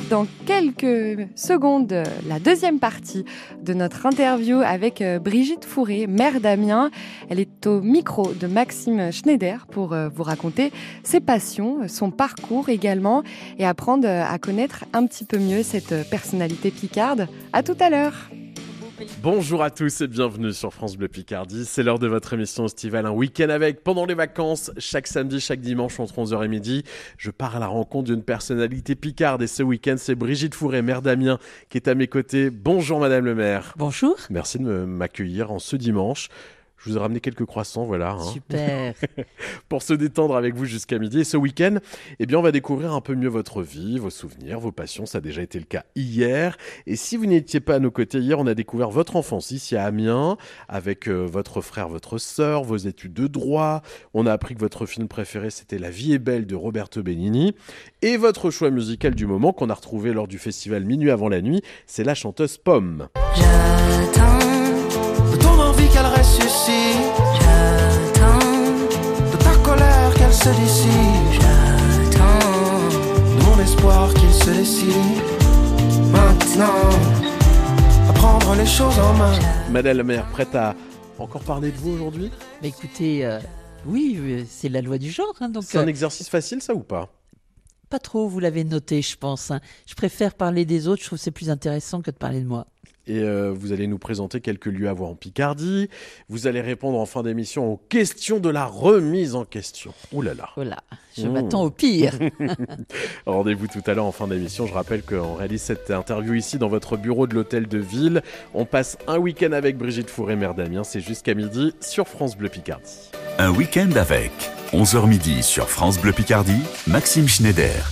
dans quelques secondes la deuxième partie de notre interview avec Brigitte Fourré, mère d'Amiens. Elle est au micro de Maxime Schneider pour vous raconter ses passions, son parcours également et apprendre à connaître un petit peu mieux cette personnalité picarde. À tout à l'heure. Bonjour à tous et bienvenue sur France Bleu Picardie. C'est l'heure de votre émission estivale, un week-end avec pendant les vacances. Chaque samedi, chaque dimanche entre 11h et midi, je pars à la rencontre d'une personnalité picarde. Et ce week-end, c'est Brigitte Fourré, maire d'Amiens, qui est à mes côtés. Bonjour Madame le maire. Bonjour. Merci de m'accueillir en ce dimanche. Je vous ai ramené quelques croissants, voilà. Super. Pour se détendre avec vous jusqu'à midi. Et ce week-end, on va découvrir un peu mieux votre vie, vos souvenirs, vos passions. Ça a déjà été le cas hier. Et si vous n'étiez pas à nos côtés hier, on a découvert votre enfance ici à Amiens, avec votre frère, votre sœur, vos études de droit. On a appris que votre film préféré, c'était La vie est belle de Roberto Benigni. Et votre choix musical du moment, qu'on a retrouvé lors du festival Minuit avant la nuit, c'est la chanteuse Pomme. J'attends de ton envie qu'elle ressuscite. J'attends de ta colère qu'elle se dissipe. J'attends de mon espoir qu'il se décide. Maintenant, à prendre les choses en main. Madame la maire, prête à encore parler de vous aujourd'hui ? Mais écoutez, oui, c'est la loi du genre. Donc, c'est un exercice facile, ça, ou pas ? Pas trop, vous l'avez noté, je pense. Je préfère parler des autres, je trouve que c'est plus intéressant que de parler de moi. Et vous allez nous présenter quelques lieux à voir en Picardie. Vous allez répondre en fin d'émission aux questions de la remise en question. Ouh là là. Voilà, je m'attends au pire. Rendez-vous tout à l'heure en fin d'émission. Je rappelle qu'on réalise cette interview ici dans votre bureau de l'hôtel de ville. On passe un week-end avec Brigitte Fourré, maire d'Amiens. C'est jusqu'à midi sur France Bleu Picardie. Un week-end avec 11h midi sur France Bleu Picardie, Maxime Schneider.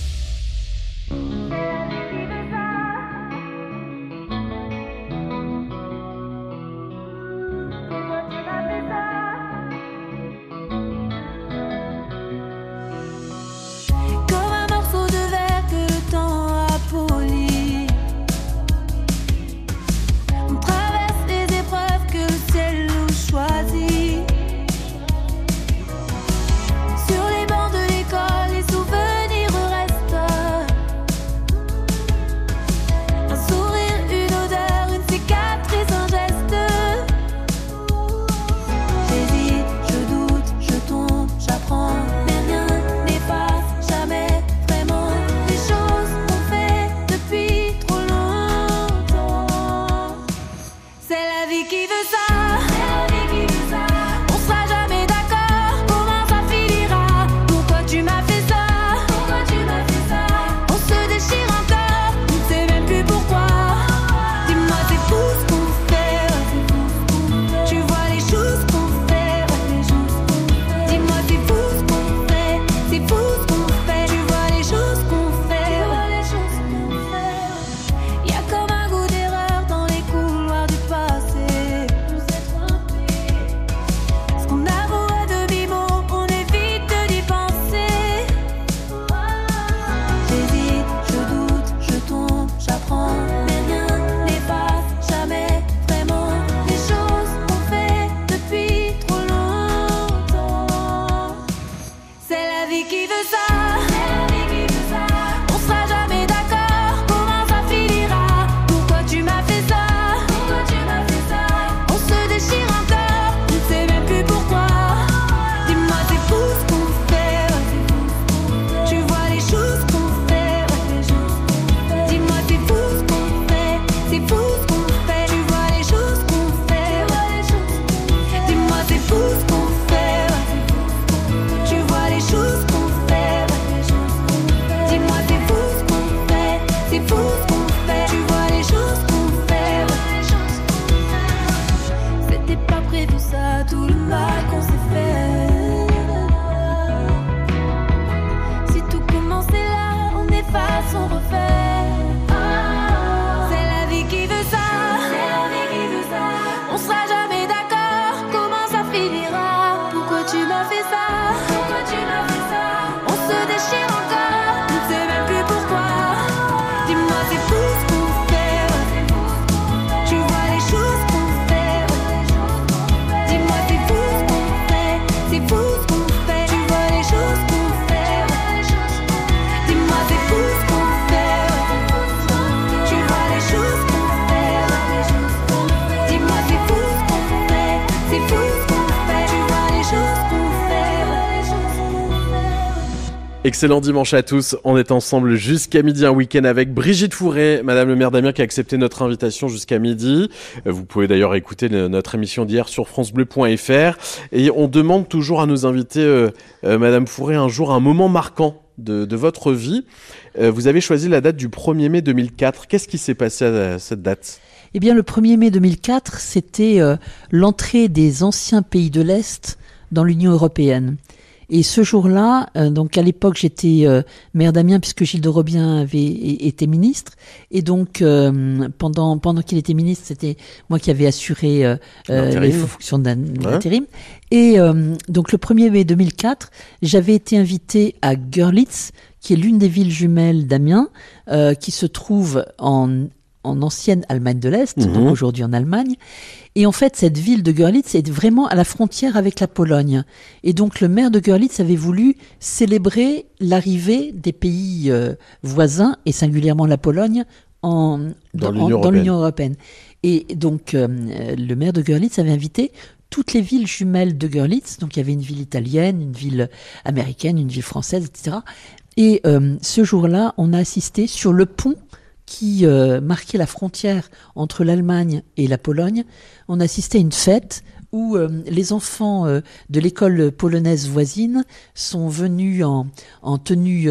Excellent dimanche à tous. On est ensemble jusqu'à midi, un week-end avec Brigitte Fourré, Madame le maire d'Amiens qui a accepté notre invitation jusqu'à midi. Vous pouvez d'ailleurs écouter notre émission d'hier sur francebleu.fr. Et on demande toujours à nos invités, Madame Fourré, un jour, un moment marquant de votre vie. Vous avez choisi la date du 1er mai 2004. Qu'est-ce qui s'est passé à cette date ? Eh bien, le 1er mai 2004, c'était l'entrée des anciens pays de l'Est dans l'Union européenne. Et ce jour-là, donc à l'époque j'étais maire d'Amiens puisque Gilles de Robien avait été ministre, et donc pendant qu'il était ministre, c'était moi qui avais assuré les fonctions d'intérim. Et donc le 1er mai 2004, j'avais été invitée à Görlitz, qui est l'une des villes jumelles d'Amiens, qui se trouve en ancienne Allemagne de l'Est, donc aujourd'hui en Allemagne. Et en fait, cette ville de Görlitz est vraiment à la frontière avec la Pologne. Et donc, le maire de Görlitz avait voulu célébrer l'arrivée des pays voisins, et singulièrement la Pologne, dans l'Union européenne. Et donc, le maire de Görlitz avait invité toutes les villes jumelles de Görlitz. Donc, il y avait une ville italienne, une ville américaine, une ville française, etc. Et ce jour-là, on a assisté sur le pont qui marquait la frontière entre l'Allemagne et la Pologne. On assistait à une fête où les enfants de l'école polonaise voisine sont venus en tenue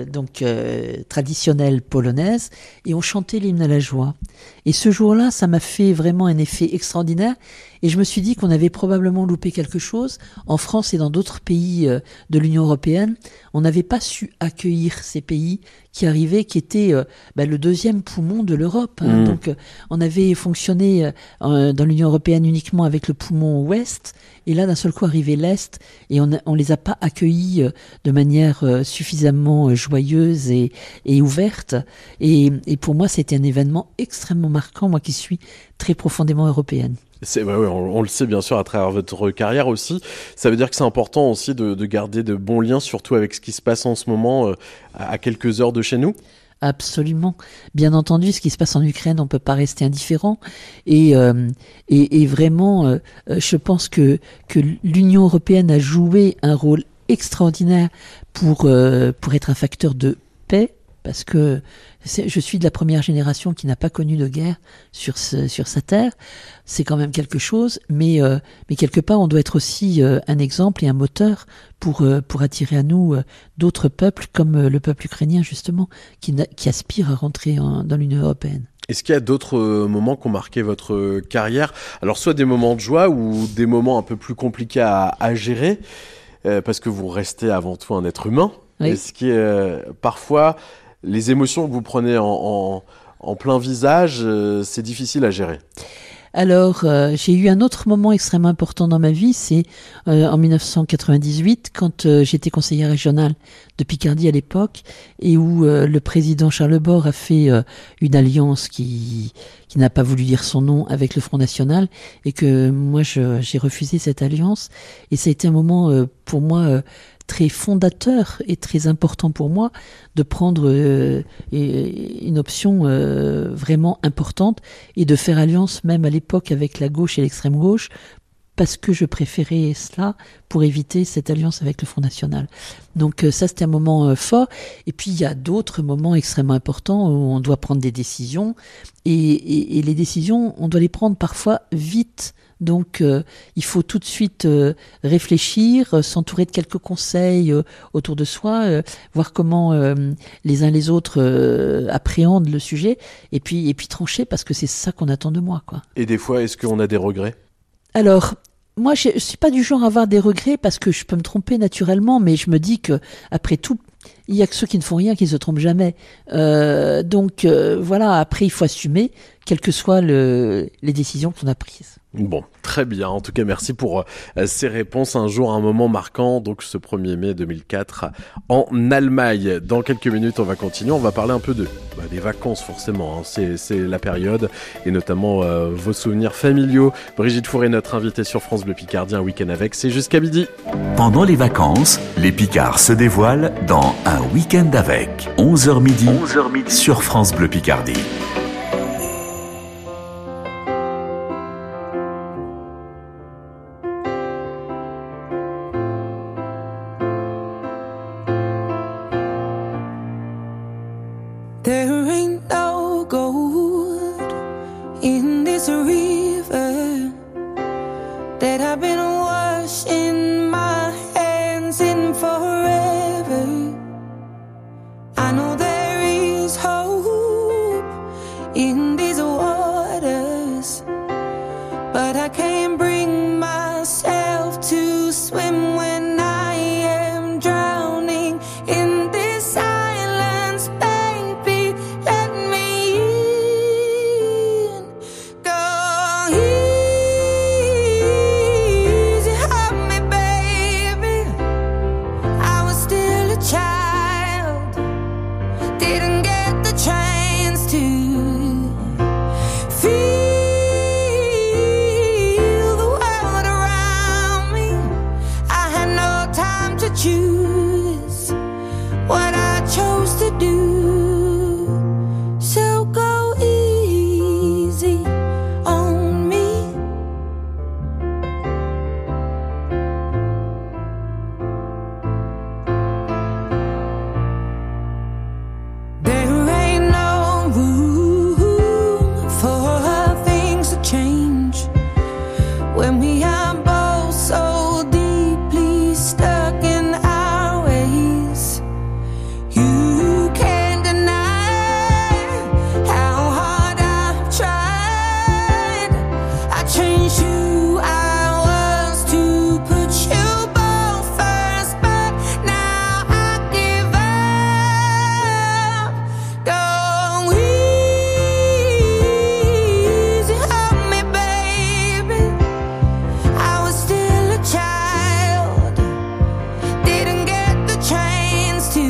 traditionnelle polonaise et ont chanté l'hymne à la joie. Et ce jour-là, ça m'a fait vraiment un effet extraordinaire. Et je me suis dit qu'on avait probablement loupé quelque chose. En France et dans d'autres pays de l'Union européenne, on n'avait pas su accueillir ces pays qui arrivaient, qui étaient le deuxième poumon de l'Europe. Donc, on avait fonctionné dans l'Union européenne uniquement avec le poumon ouest. Et là, d'un seul coup, arrivait l'Est. Et on les a pas accueillis de manière suffisamment joyeuse et ouverte. Et pour moi, c'était un événement extrêmement marquant, moi qui suis très profondément européenne. On le sait bien sûr à travers votre carrière aussi. Ça veut dire que c'est important aussi de garder de bons liens, surtout avec ce qui se passe en ce moment à quelques heures de chez nous. Absolument. Bien entendu, ce qui se passe en Ukraine, on peut pas rester indifférent. Et vraiment, je pense que l'Union européenne a joué un rôle extraordinaire pour être un facteur de paix. Parce que je suis de la première génération qui n'a pas connu de guerre sur sa terre. C'est quand même quelque chose, mais quelque part, on doit être aussi un exemple et un moteur pour attirer à nous d'autres peuples, comme le peuple ukrainien, justement, qui aspire à rentrer dans l'Union européenne. Est-ce qu'il y a d'autres moments qui ont marqué votre carrière ? Alors, soit des moments de joie ou des moments un peu plus compliqués à gérer, parce que vous restez avant tout un être humain. Oui. Est-ce qu'il y a parfois les émotions que vous prenez en plein visage, c'est difficile à gérer? Alors, j'ai eu un autre moment extrêmement important dans ma vie, c'est en 1998, quand j'étais conseillère régionale de Picardie à l'époque, et où le président Charles Bort a fait une alliance qui n'a pas voulu dire son nom avec le Front National, et que moi j'ai refusé cette alliance, et ça a été un moment pour moi très fondateur et très important pour moi de prendre une option vraiment importante et de faire alliance même à l'époque avec la gauche et l'extrême gauche, parce que je préférais cela pour éviter cette alliance avec le Front National. Donc ça, c'était un moment fort. Et puis, il y a d'autres moments extrêmement importants où on doit prendre des décisions. Et les décisions, on doit les prendre parfois vite. Donc, il faut tout de suite réfléchir, s'entourer de quelques conseils autour de soi, voir comment les uns les autres appréhendent le sujet, et puis trancher, parce que c'est ça qu'on attend de moi, quoi. Et des fois, est-ce qu'on a des regrets ? Alors, moi, je suis pas du genre à avoir des regrets, parce que je peux me tromper naturellement, mais je me dis que après tout, il y a que ceux qui ne font rien qui se trompent jamais. Donc voilà, après il faut assumer, quelles que soient les décisions qu'on a prises. Bon, très bien. En tout cas, merci pour ces réponses. Un jour, un moment marquant, donc ce 1er mai 2004 en Allemagne. Dans quelques minutes, on va continuer. On va parler un peu des vacances, forcément. Hein. C'est la période, et notamment vos souvenirs familiaux. Brigitte Fourré, notre invitée sur France Bleu Picardie, un week-end avec, c'est jusqu'à midi. Pendant les vacances, les Picards se dévoilent dans Un week-end avec. 11h midi sur France Bleu Picardie. There ain't no gold in this river that I've been washing my hands in forever. I know there is hope in these waters, but I can't bring myself to swim when I am drowning in this silence. Baby, let me in. Go easy on me, baby. I was still a child, didn't get the chance to feel the world around me. I had no time to choose what I chose to do. So go easy on me. There ain't no room for things to change when we are both so deeply stuck in our ways. You can't deny how hard I've tried. I changed who I was to put you both first, but now I give up. Go easy on me, baby. I was still a child, didn't get the chance to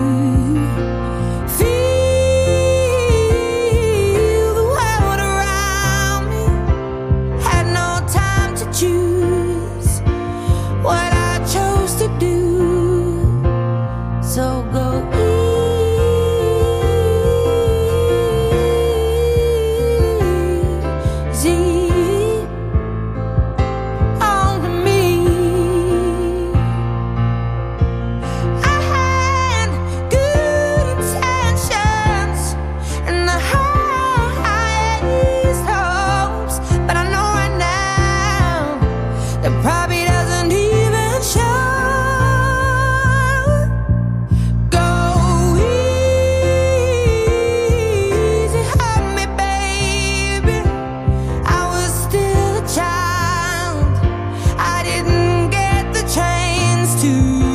feel the world around me. Had no time to choose what I chose to do. So go easy on me. I had good intentions and the highest hopes, but I know right now that probably doesn't even show. Go easy on me, baby. I was still a child, I didn't get the chance to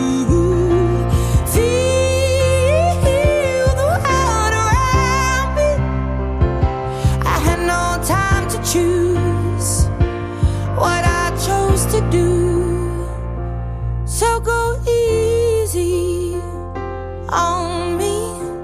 feel the world around me. I had no time to choose what I chose to do. So go easy on me.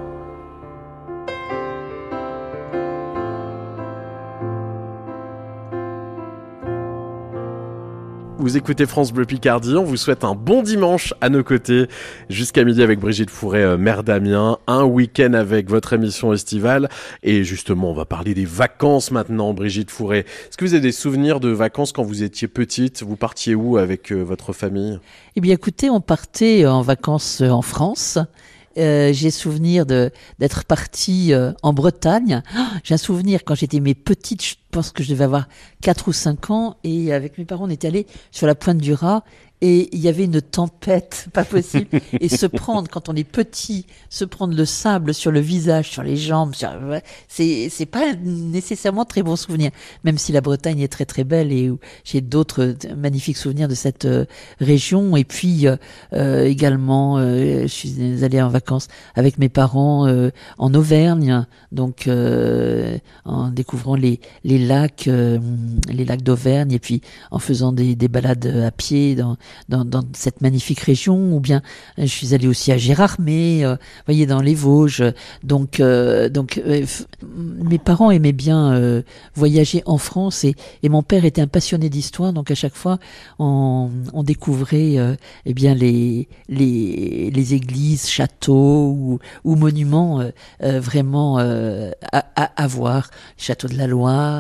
Vous écoutez France Bleu Picardie, on vous souhaite un bon dimanche à nos côtés jusqu'à midi avec Brigitte Fourré, mère d'Amiens, un week-end avec votre émission estivale et justement on va parler des vacances maintenant. Brigitte Fourré, est-ce que vous avez des souvenirs de vacances quand vous étiez petite? Vous partiez où avec votre famille? Eh bien, écoutez, on partait en vacances en France. J'ai souvenir d'être partie en Bretagne. J'ai un souvenir quand j'étais petite, je pense que je devais avoir 4 ou 5 ans, et avec mes parents, on était allés sur la pointe du Raz. Et il y avait une tempête, pas possible. Et se prendre, quand on est petit, se prendre le sable sur le visage, sur les jambes, c'est pas nécessairement très bon souvenir. Même si la Bretagne est très très belle et j'ai d'autres magnifiques souvenirs de cette région. Et puis également, je suis allée en vacances avec mes parents en Auvergne, donc en découvrant les lacs d'Auvergne, et puis en faisant des balades à pied dans cette magnifique région. Ou bien je suis allée aussi à Gérardmer, voyez, dans les Vosges. Donc mes parents aimaient bien voyager en France, et mon père était un passionné d'histoire, donc à chaque fois on découvrait eh bien les églises, châteaux ou monuments vraiment à voir. Le château de la Loire,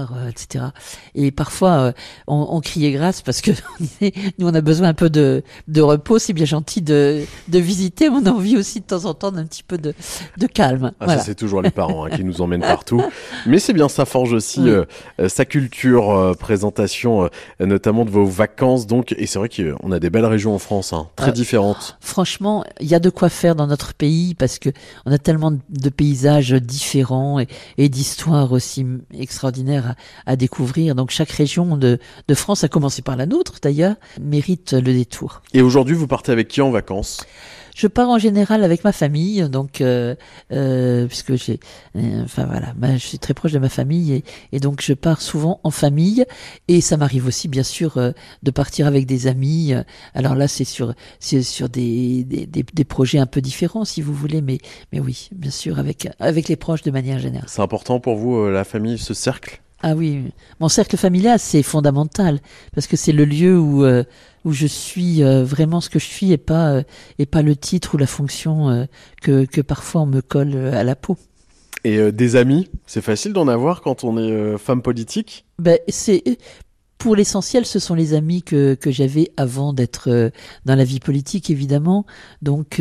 soir, etc. Et parfois, on criait grâce parce que on disait, nous, on a besoin un peu de repos. C'est bien gentil de visiter, mais on a envie aussi de temps en temps d'un petit peu de calme. Ah, voilà. Ça, c'est toujours les parents qui nous emmènent partout. Mais c'est bien, ça forge aussi sa culture, présentation, notamment de vos vacances. Donc, et c'est vrai qu'on a des belles régions en France, très différentes. Franchement, il y a de quoi faire dans notre pays parce que on a tellement de paysages différents et d'histoires aussi extraordinaires à découvrir. Donc chaque région de France, à commencer par la nôtre d'ailleurs, mérite le détour. Et aujourd'hui, vous partez avec qui en vacances ? Je pars en général avec ma famille, donc puisque je suis très proche de ma famille et donc je pars souvent en famille et ça m'arrive aussi bien sûr de partir avec des amis. Alors là c'est sur des projets un peu différents si vous voulez, mais oui bien sûr avec les proches de manière générale. C'est important pour vous la famille, ce cercle ? Ah oui, mon cercle familial c'est fondamental parce que c'est le lieu où je suis vraiment ce que je suis et pas le titre ou la fonction que parfois on me colle à la peau. Et des amis, c'est facile d'en avoir quand on est femme politique ? Pour l'essentiel, ce sont les amis que j'avais avant d'être dans la vie politique, évidemment. Donc,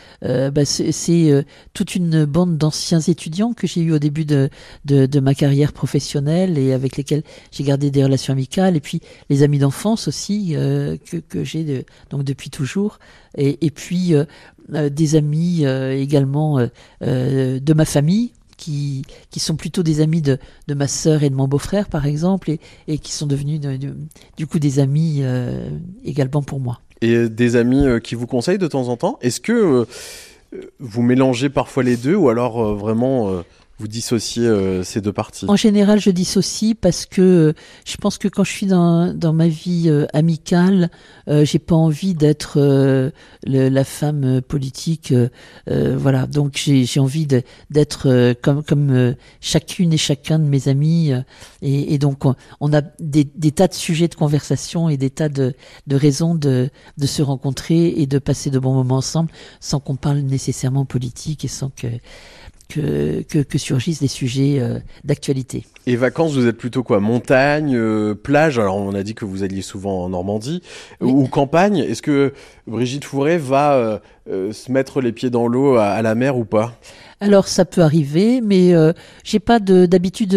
c'est toute une bande d'anciens étudiants que j'ai eu au début de ma carrière professionnelle et avec lesquels j'ai gardé des relations amicales. Et puis, les amis d'enfance aussi que j'ai donc depuis toujours. Et puis, des amis également de ma famille. Qui sont plutôt des amis de ma sœur et de mon beau-frère, par exemple, et qui sont devenus du coup des amis également pour moi. Et des amis qui vous conseillent de temps en temps ? Est-ce que vous mélangez parfois les deux ou alors vraiment vous dissociez ces deux parties ? En général, je dissocie parce que je pense que quand je suis dans ma vie amicale, j'ai pas envie d'être la femme politique. Voilà, donc j'ai envie d'être comme chacune et chacun de mes amis. Et donc on a des tas de sujets de conversation et des tas de raisons de se rencontrer et de passer de bons moments ensemble sans qu'on parle nécessairement politique et sans que surgissent des sujets d'actualité. Et vacances, vous êtes plutôt quoi ? Montagne, plage ? Alors on a dit que vous alliez souvent en Normandie, oui. Ou campagne. Est-ce que Brigitte Fourré va se mettre les pieds dans l'eau à la mer ou pas ? Alors ça peut arriver, mais j'ai pas d'habitude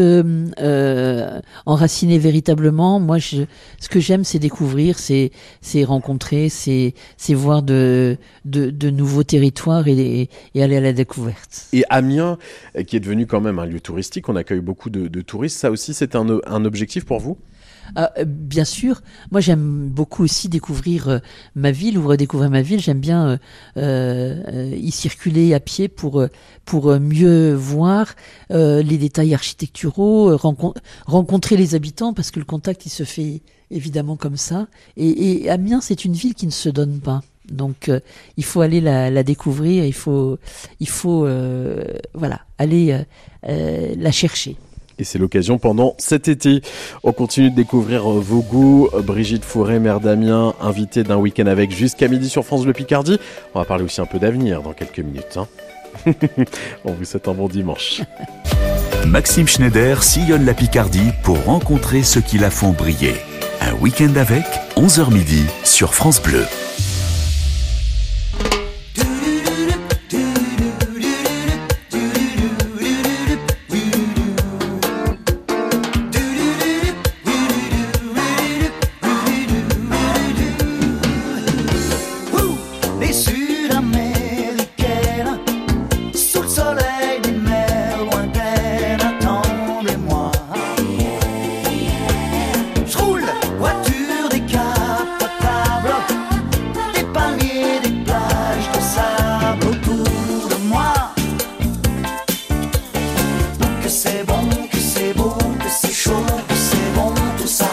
enracinée véritablement. Moi, ce que j'aime, c'est découvrir, c'est rencontrer, c'est voir de nouveaux territoires et aller à la découverte. Et Amiens, qui est devenu quand même un lieu touristique, on accueille beaucoup de touristes. Ça aussi, c'est un objectif pour vous ? Bien sûr, moi j'aime beaucoup aussi découvrir ma ville ou redécouvrir ma ville. J'aime bien y circuler à pied pour mieux voir les détails architecturaux, rencontrer les habitants parce que le contact il se fait évidemment comme ça. Et Amiens c'est une ville qui ne se donne pas. Donc il faut aller la découvrir, il faut aller la chercher. Et c'est l'occasion pendant cet été. On continue de découvrir vos goûts. Brigitte Fourré, maire d'Amiens, invitée d'un week-end avec jusqu'à midi sur France Bleu Picardie. On va parler aussi un peu d'avenir dans quelques minutes. On vous souhaite un bon dimanche. Maxime Schneider sillonne la Picardie pour rencontrer ceux qui la font briller. Un week-end avec, 11h midi sur France Bleu. Voiture décapotable, des palmiers, des plages de sable autour de moi. Que c'est bon, que c'est beau, que c'est chaud, que c'est bon tout ça.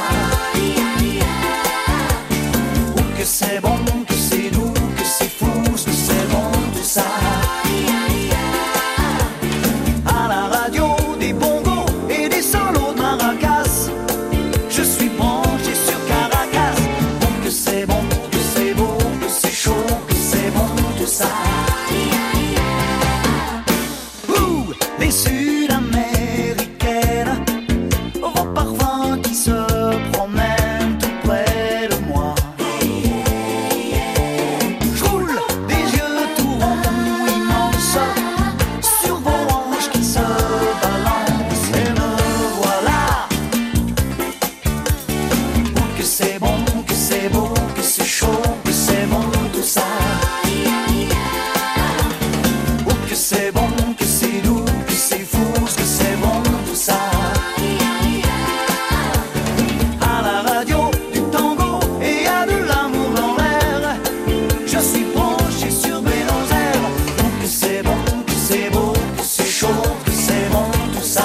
Ou que c'est bon, que c'est doux, que c'est fou, que c'est bon tout ça. À la radio, des bongos et des solos de maracas. Je suis branché sur Caracas. Bon, que c'est bon, que c'est beau, que c'est chaud, que c'est bon tout ça. Ouh, les Sud-Américaines vont par fous, que c'est bon tout ça. À la radio du tango et à de l'amour dans l'air. Je suis branché sur Buenos Aires. Oh, que c'est bon, que c'est beau, que c'est chaud, que c'est bon tout ça.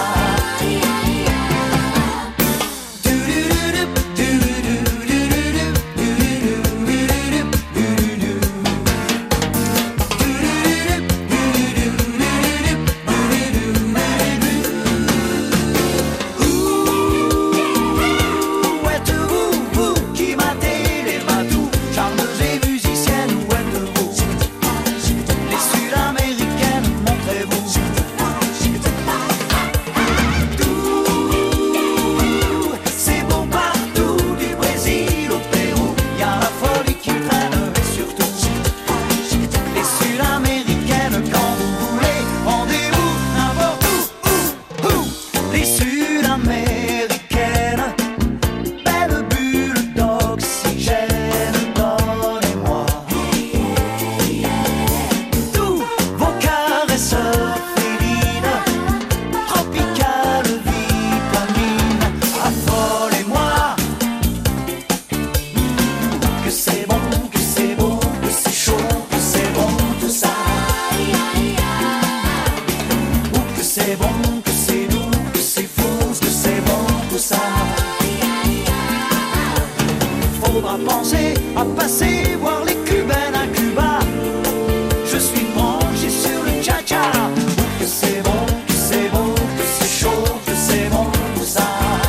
Faudra penser à passer voir les Cubaines à Cuba. Je suis branché sur le cha-cha. Que c'est bon, que c'est beau, que c'est chaud, que c'est bon tout ça.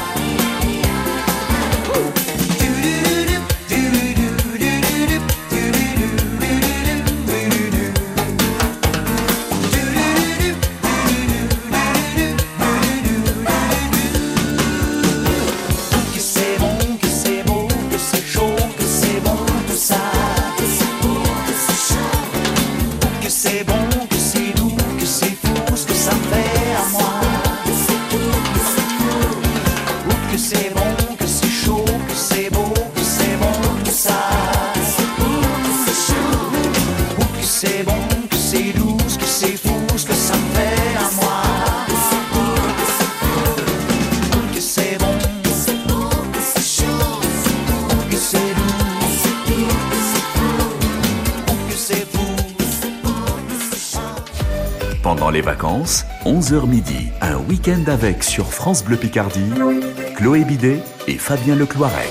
Pendant les vacances, 11h midi, un week-end avec sur France Bleu Picardie, Chloé Bidet et Fabien Lecloirec.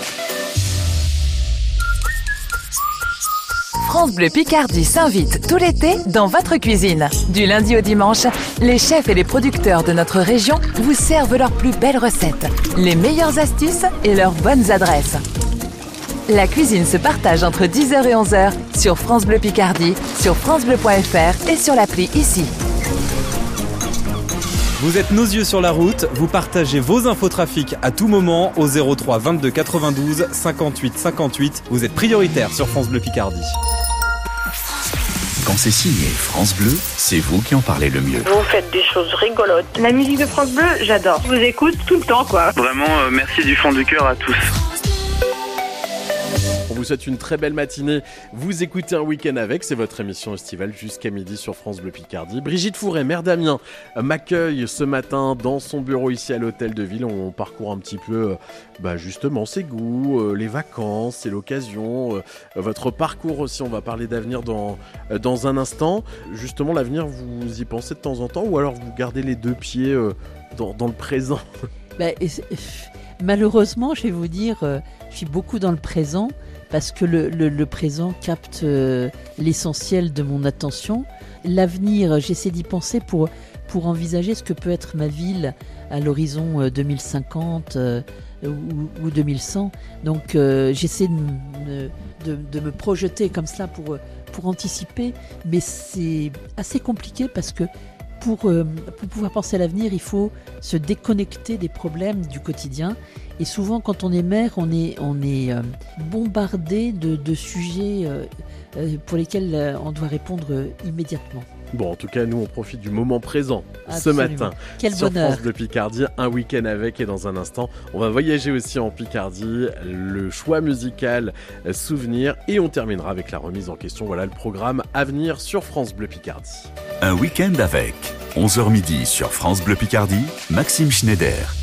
France Bleu Picardie s'invite tout l'été dans votre cuisine. Du lundi au dimanche, les chefs et les producteurs de notre région vous servent leurs plus belles recettes, les meilleures astuces et leurs bonnes adresses. La cuisine se partage entre 10h et 11h sur France Bleu Picardie, sur francebleu.fr et sur l'appli ici. Vous êtes nos yeux sur la route, vous partagez vos infotrafics à tout moment au 03 22 92 58 58. Vous êtes prioritaire sur France Bleu Picardie. Quand c'est signé France Bleu, c'est vous qui en parlez le mieux. Vous faites des choses rigolotes. La musique de France Bleu, j'adore. Je vous écoute tout le temps, quoi. Vraiment, merci du fond du cœur à tous. On vous souhaite une très belle matinée. Vous écoutez un week-end avec, c'est votre émission estivale jusqu'à midi sur France Bleu Picardie. Brigitte Fourré, mère d'Amiens, m'accueille ce matin dans son bureau ici à l'hôtel de ville. On parcourt un petit peu justement ses goûts, les vacances, c'est l'occasion, votre parcours aussi. On va parler d'avenir dans un instant. Justement, l'avenir, vous y pensez de temps en temps ou alors vous gardez les deux pieds dans le présent? Malheureusement, je vais vous dire, je suis beaucoup dans le présent parce que le présent capte l'essentiel de mon attention. L'avenir, j'essaie d'y penser pour envisager ce que peut être ma ville à l'horizon 2050 ou 2100. Donc j'essaie de me projeter comme cela pour anticiper, mais c'est assez compliqué parce que pour pouvoir penser à l'avenir, il faut se déconnecter des problèmes du quotidien. Et souvent, quand on est mère, on est bombardé de sujets pour lesquels on doit répondre immédiatement. Bon, en tout cas, nous, on profite du moment présent ce Absolument. matin. Quel sur bonheur. France Bleu Picardie, un week-end avec, et dans un instant, on va voyager aussi en Picardie, le choix musical, souvenir, et on terminera avec la remise en question. Voilà le programme à venir sur France Bleu Picardie. Un week-end avec 11h midi sur France Bleu Picardie, Maxime Schneider.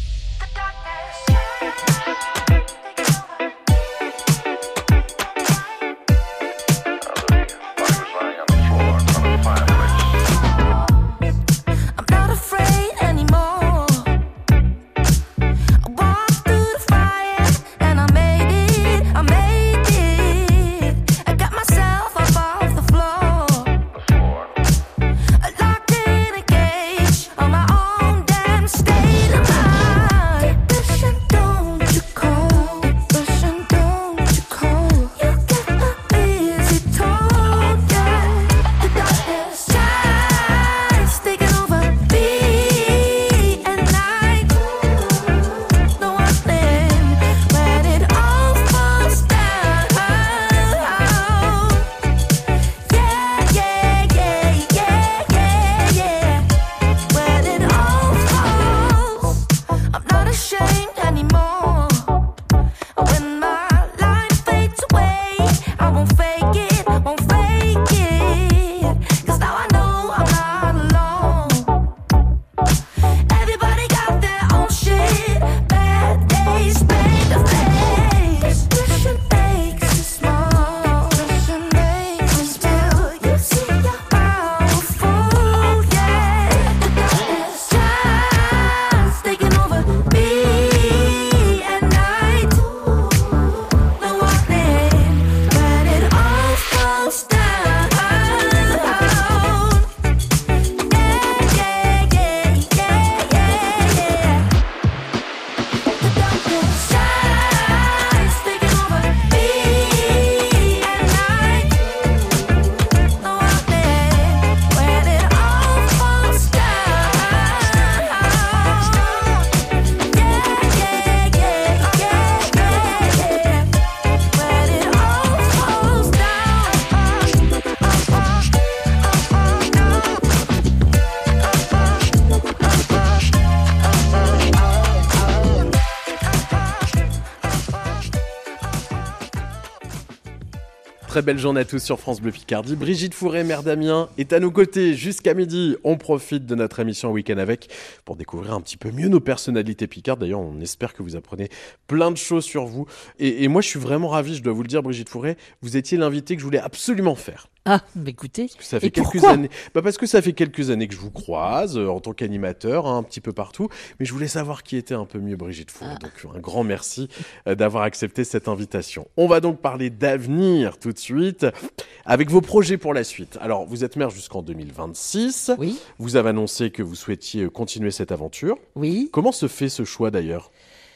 Très belle journée à tous sur France Bleu Picardie. Brigitte Fourré, mère d'Amiens, est à nos côtés jusqu'à midi. On profite de notre émission Week-end avec pour découvrir un petit peu mieux nos personnalités picardes. D'ailleurs, on espère que vous apprenez plein de choses sur vous. Et moi, je suis vraiment ravi, je dois vous le dire, Brigitte Fourré, vous étiez l'invité que je voulais absolument faire. Ah, bah écoutez, Parce que ça fait et quelques pourquoi années. Parce que ça fait quelques années que je vous croise en tant qu'animateur, un petit peu partout. Mais je voulais savoir qui était un peu mieux Brigitte Fourré. Donc un grand merci d'avoir accepté cette invitation. On va donc parler d'avenir tout de suite, avec vos projets pour la suite. Alors, vous êtes mère jusqu'en 2026. Oui, Vous avez annoncé que vous souhaitiez continuer cette aventure. oui. Comment se fait ce choix d'ailleurs ?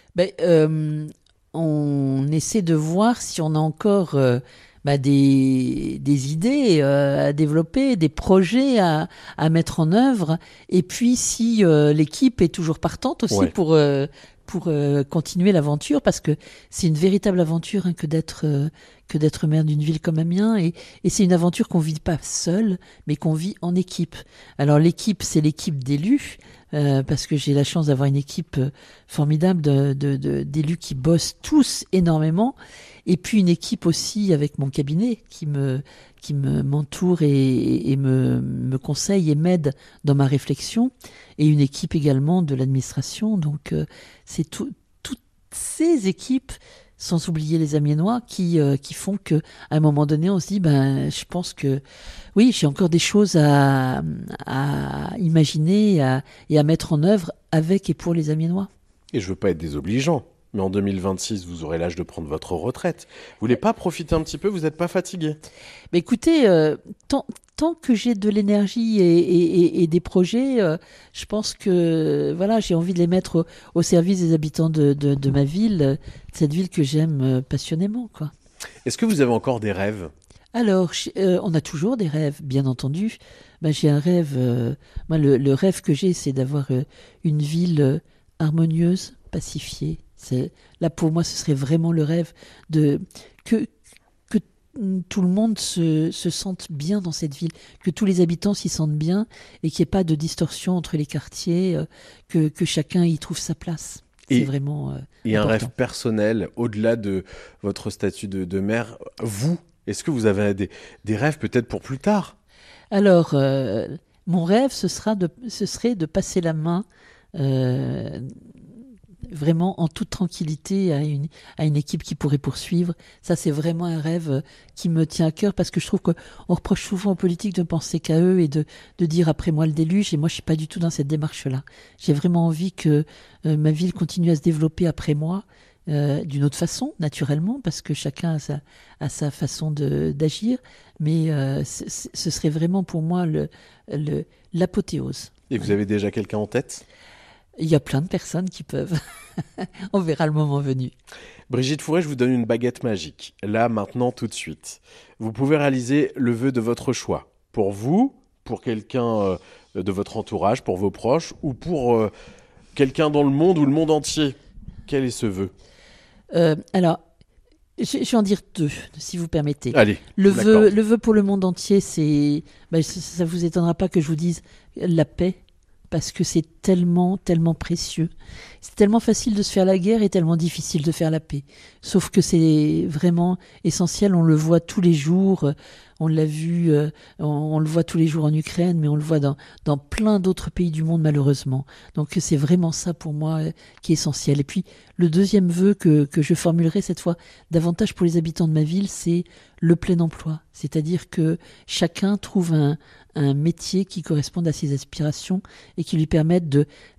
On essaie de voir si on a encore des idées à développer, des projets à mettre en œuvre, et puis si l'équipe est toujours partante aussi Ouais. pour continuer l'aventure, parce que c'est une véritable aventure que d'être maire d'une ville comme Amiens, et c'est une aventure qu'on vit pas seul, mais qu'on vit en équipe. Alors l'équipe, c'est l'équipe d'élus, parce que j'ai la chance d'avoir une équipe formidable d'élus qui bossent tous énormément, et puis une équipe aussi avec mon cabinet qui m'entoure et me conseille et m'aide dans ma réflexion, et une équipe également de l'administration. Donc c'est toutes ces équipes, sans oublier les Amiénois, qui font que à un moment donné on se dit je pense que oui, j'ai encore des choses à imaginer et à mettre en œuvre avec et pour les Amiénois. Et je veux pas être désobligeant, mais en 2026, vous aurez l'âge de prendre votre retraite. Vous voulez pas profiter un petit peu ? Vous n'êtes pas fatigué ? Mais écoutez, tant que j'ai de l'énergie et des projets, je pense que voilà, j'ai envie de les mettre au service des habitants de ma ville, de cette ville que j'aime passionnément, quoi. Est-ce que vous avez encore des rêves ? Alors, on a toujours des rêves, bien entendu. J'ai un rêve. Moi, le rêve que j'ai, c'est d'avoir une ville harmonieuse, pacifiée. Là, pour moi, ce serait vraiment le rêve que tout le monde se sente bien dans cette ville, que tous les habitants s'y sentent bien et qu'il n'y ait pas de distorsion entre les quartiers, que chacun y trouve sa place. C'est vraiment Et un important. rêve personnel, au-delà de votre statut de maire, vous, est-ce que vous avez des rêves peut-être pour plus tard ? Alors, mon rêve, ce serait de passer la main vraiment en toute tranquillité à une équipe qui pourrait poursuivre. Ça, c'est vraiment un rêve qui me tient à cœur parce que je trouve qu'on reproche souvent aux politiques de penser qu'à eux et de dire après moi le déluge. Et moi, je suis pas du tout dans cette démarche-là. J'ai vraiment envie que ma ville continue à se développer après moi. D'une autre façon, naturellement, parce que chacun a sa façon d'agir, mais ce serait vraiment pour moi l'apothéose. Et vous avez déjà quelqu'un en tête ? Il y a plein de personnes qui peuvent. On verra le moment venu. Brigitte Fourré, je vous donne une baguette magique. Là, maintenant, tout de suite. Vous pouvez réaliser le vœu de votre choix. Pour vous, pour quelqu'un de votre entourage, pour vos proches, ou pour quelqu'un dans le monde ou le monde entier. Quel est ce vœu ? Alors, je vais en dire deux, si vous permettez. Allez, le vœu pour le monde entier, c'est... ça ne vous étonnera pas que je vous dise la paix. Parce que c'est tellement, tellement précieux. C'est tellement facile de se faire la guerre et tellement difficile de faire la paix. Sauf que c'est vraiment essentiel, on le voit tous les jours, on l'a vu, on le voit tous les jours en Ukraine, mais on le voit dans plein d'autres pays du monde malheureusement. Donc c'est vraiment ça pour moi qui est essentiel. Et puis le deuxième vœu que je formulerai cette fois davantage pour les habitants de ma ville, c'est le plein emploi. C'est-à-dire que chacun trouve un métier qui corresponde à ses aspirations et qui lui permette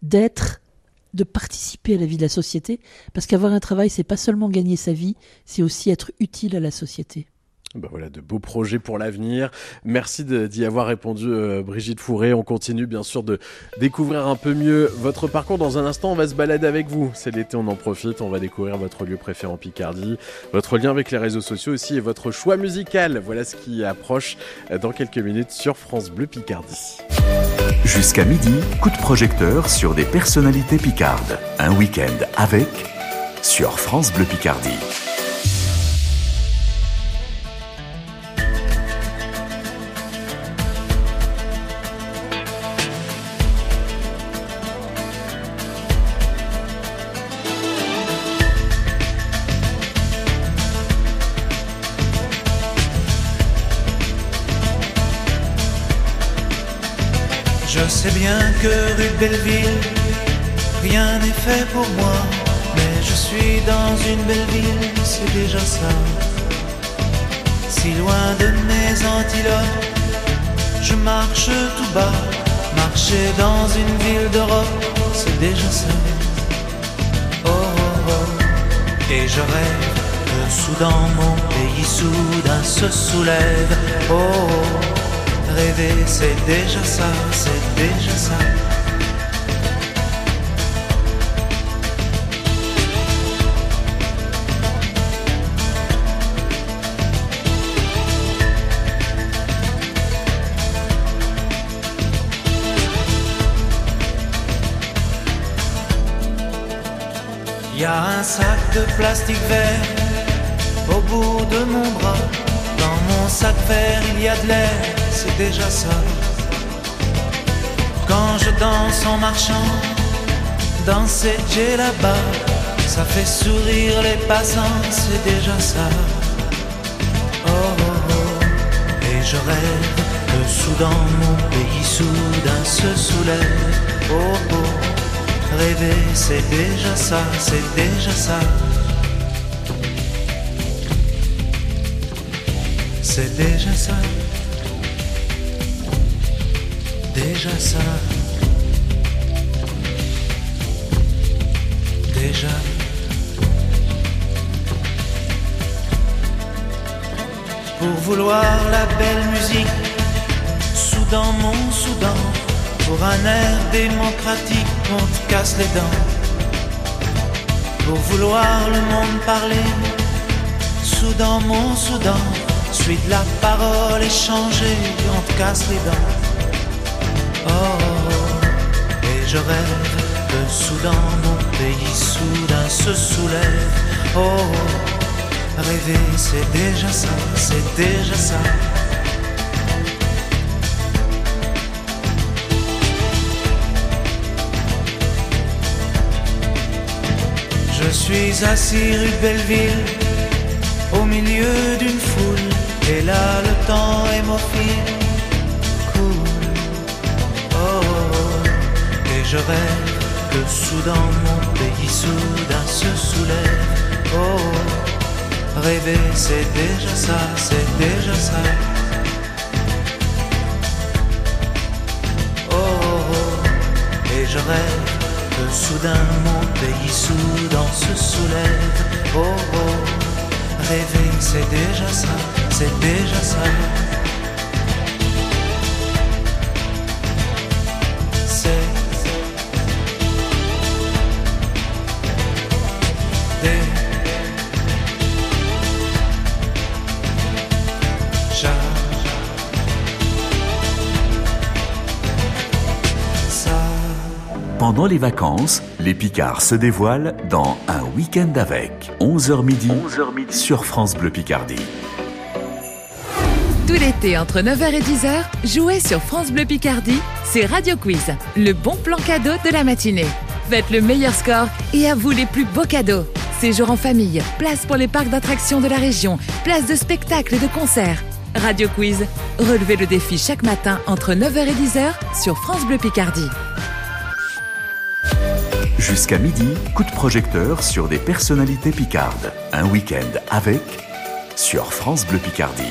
de participer à la vie de la société, parce qu'avoir un travail, c'est pas seulement gagner sa vie, c'est aussi être utile à la société. Ben voilà, de beaux projets pour l'avenir. Merci d'y avoir répondu, Brigitte Fourré. On continue bien sûr de découvrir un peu mieux votre parcours. Dans un instant, on va se balader avec vous. C'est l'été, on en profite. On va découvrir votre lieu préféré en Picardie, votre lien avec les réseaux sociaux aussi et votre choix musical. Voilà ce qui approche dans quelques minutes sur France Bleu Picardie. Jusqu'à midi, coup de projecteur sur des personnalités picardes. Un week-end avec sur France Bleu Picardie. Je sais bien que rue de Belleville, rien n'est fait pour moi, mais je suis dans une belle ville, c'est déjà ça. Si loin de mes antilopes, je marche tout bas, marcher dans une ville d'Europe, c'est déjà ça. Oh oh oh, et je rêve que soudain mon pays soudain se soulève. Oh oh. Rêver, c'est déjà ça, c'est déjà ça. Il y a un sac de plastique vert au bout de mon bras. Dans mon sac vert, il y a de l'air, c'est déjà ça. Quand je danse en marchant dans cette jet là-bas, ça fait sourire les passants, c'est déjà ça. Oh oh oh, et je rêve que soudain mon pays soudain se soulève. Oh oh, rêver c'est déjà ça, c'est déjà ça. C'est déjà ça, déjà ça, déjà. Pour vouloir la belle musique, Soudan mon Soudan, pour un air démocratique, on te casse les dents. Pour vouloir le monde parler, Soudan mon Soudan, suite la parole échangée, on te casse les dents. Oh, oh, oh. Et je rêve que soudain mon pays soudain se soulève. Oh, oh. Rêver, c'est déjà ça, c'est déjà ça. Je suis assis rue de Belleville, au milieu d'une foule, et là le temps hémophile coule. Oh, oh, oh. Et je rêve que soudain mon pays soudain se soulève. Oh, oh. Rêver c'est déjà ça, c'est déjà ça. Oh, oh, oh. Et je rêve que soudain mon pays soudain se soulève. Oh, oh. Rêver c'est déjà ça, c'est déjà ça. C'est Pendant les vacances, les Picards se dévoilent dans Un week-end avec 11h midi sur France Bleu Picardie. Tout l'été, entre 9h et 10h, jouez sur France Bleu Picardie, c'est Radio Quiz, le bon plan cadeau de la matinée. Faites le meilleur score et à vous les plus beaux cadeaux. Séjour en famille, place pour les parcs d'attractions de la région, place de spectacles et de concerts. Radio Quiz, relevez le défi chaque matin entre 9h et 10h sur France Bleu Picardie. Jusqu'à midi, coup de projecteur sur des personnalités picardes. Un week-end avec sur France Bleu Picardie.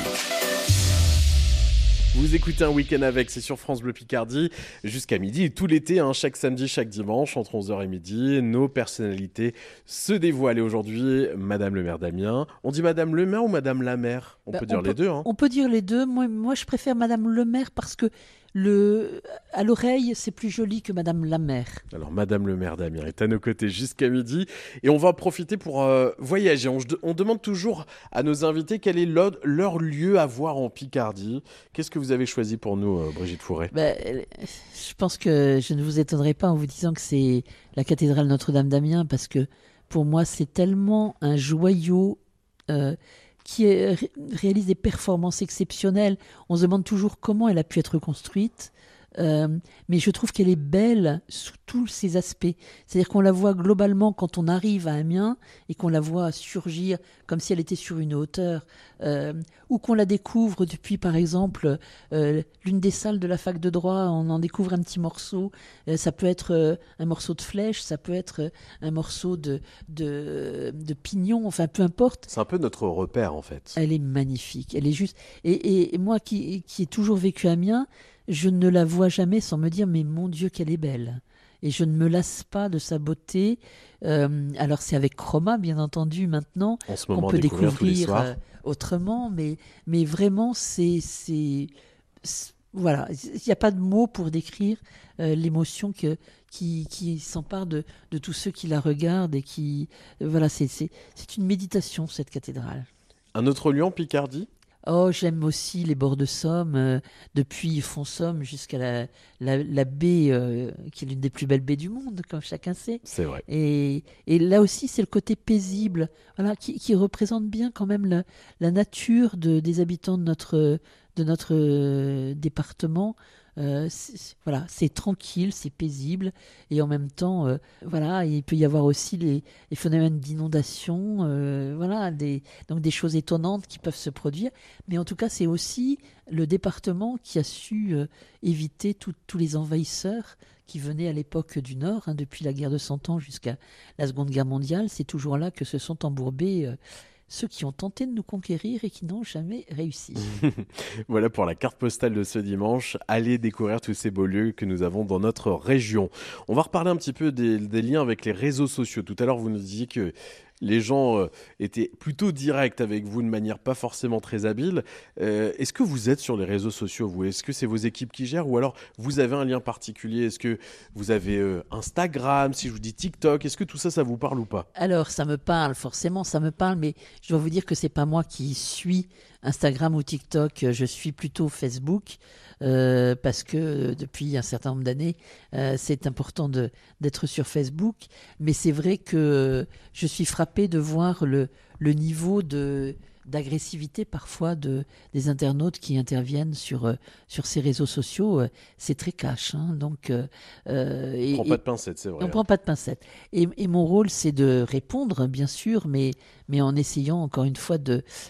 Vous écoutez Un week-end avec, c'est sur France Bleu Picardie, jusqu'à midi et tout l'été, chaque samedi, chaque dimanche, entre 11h et midi, nos personnalités se dévoilent. Et aujourd'hui, Madame le maire d'Amiens. On dit Madame le maire ou Madame la maire ? On peut dire les deux. On peut dire les deux. Moi, je préfère Madame le maire parce que à l'oreille, c'est plus joli que Madame la maire. Alors, Madame le maire d'Amiens est à nos côtés jusqu'à midi et on va profiter pour voyager. On demande toujours à nos invités quel est leur lieu à voir en Picardie. Qu'est-ce que vous avez choisi pour nous, Brigitte Fourré ? Je pense que je ne vous étonnerai pas en vous disant que c'est la cathédrale Notre-Dame d'Amiens parce que pour moi, c'est tellement un joyau qui réalise des performances exceptionnelles. On se demande toujours comment elle a pu être construite, mais je trouve qu'elle est belle sous tous ses aspects. C'est-à-dire qu'on la voit globalement quand on arrive à Amiens et qu'on la voit surgir comme si elle était sur une hauteur, ou qu'on la découvre depuis, par exemple, l'une des salles de la fac de droit, on en découvre un petit morceau. Ça peut être un morceau de flèche, ça peut être un morceau de pignon, enfin peu importe. C'est un peu notre repère en fait. Elle est magnifique, elle est juste. Et moi qui ai toujours vécu à Amiens, je ne la vois jamais sans me dire mais mon Dieu qu'elle est belle. Et je ne me lasse pas de sa beauté. Alors c'est avec Chroma bien entendu maintenant qu'on peut découvrir autrement, mais vraiment voilà, il n'y a pas de mots pour décrire l'émotion qui s'empare de tous ceux qui la regardent et qui voilà, c'est une méditation cette cathédrale. Un autre lieu en Picardie ? Oh, j'aime aussi les bords de Somme, depuis Font-Somme jusqu'à la baie, qui est l'une des plus belles baies du monde, comme chacun sait. C'est vrai. Et là aussi, c'est le côté paisible, voilà, qui représente bien quand même la nature des habitants de notre département. Voilà, c'est tranquille, c'est paisible, et en même temps, voilà, il peut y avoir aussi les phénomènes d'inondation, voilà, donc des choses étonnantes qui peuvent se produire. Mais en tout cas, c'est aussi le département qui a su éviter tous les envahisseurs qui venaient à l'époque du Nord, depuis la guerre de 100 ans jusqu'à la Seconde Guerre mondiale. C'est toujours là que se sont embourbés ceux qui ont tenté de nous conquérir et qui n'ont jamais réussi. Voilà pour la carte postale de ce dimanche. Allez découvrir tous ces beaux lieux que nous avons dans notre région. On va reparler un petit peu des liens avec les réseaux sociaux. Tout à l'heure, vous nous disiez que les gens étaient plutôt directs avec vous de manière pas forcément très habile. Est-ce que vous êtes sur les réseaux sociaux, vous ? Est-ce que c'est vos équipes qui gèrent ou alors vous avez un lien particulier ? Est-ce que vous avez Instagram ? Si je vous dis TikTok, est-ce que tout ça, ça vous parle ou pas ? Alors, ça me parle, forcément, ça me parle, mais je dois vous dire que c'est pas moi qui suis Instagram ou TikTok. Je suis plutôt Facebook parce que depuis un certain nombre d'années, c'est important d'être sur Facebook. Mais c'est vrai que je suis frappée de voir le niveau d'agressivité parfois des internautes qui interviennent sur ces réseaux sociaux. C'est très cash. Donc, on ne prend pas de pincettes, c'est vrai. On ne prend pas de pincettes. Et mon rôle, c'est de répondre, bien sûr, mais en essayant, encore une fois,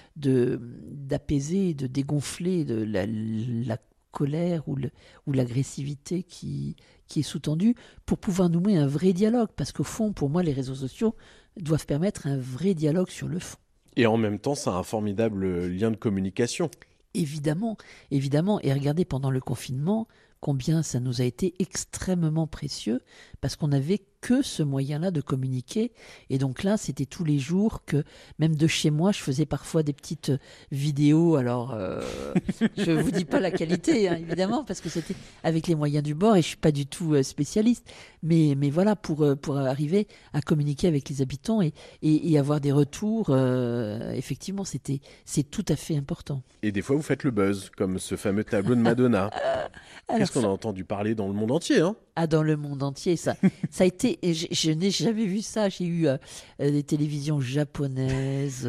d'apaiser, de dégonfler la colère ou l'agressivité qui est sous-tendue pour pouvoir nouer un vrai dialogue. Parce qu'au fond, pour moi, les réseaux sociaux doivent permettre un vrai dialogue sur le fond. Et en même temps, c'est un formidable lien de communication. Évidemment. Et regardez, pendant le confinement, combien ça nous a été extrêmement précieux parce qu'on n'avait que ce moyen-là de communiquer. Et donc là, c'était tous les jours que, même de chez moi, je faisais parfois des petites vidéos. Alors, je ne vous dis pas la qualité, évidemment, parce que c'était avec les moyens du bord et je ne suis pas du tout spécialiste. Mais voilà, pour arriver à communiquer avec les habitants et avoir des retours, effectivement, c'est tout à fait important. Et des fois, vous faites le buzz, comme ce fameux tableau de Madonna. Qu'est-ce qu'on a entendu parler dans le monde entier, hein ? Ah, dans le monde entier, ça a été. Je n'ai jamais vu ça. J'ai eu des télévisions japonaises,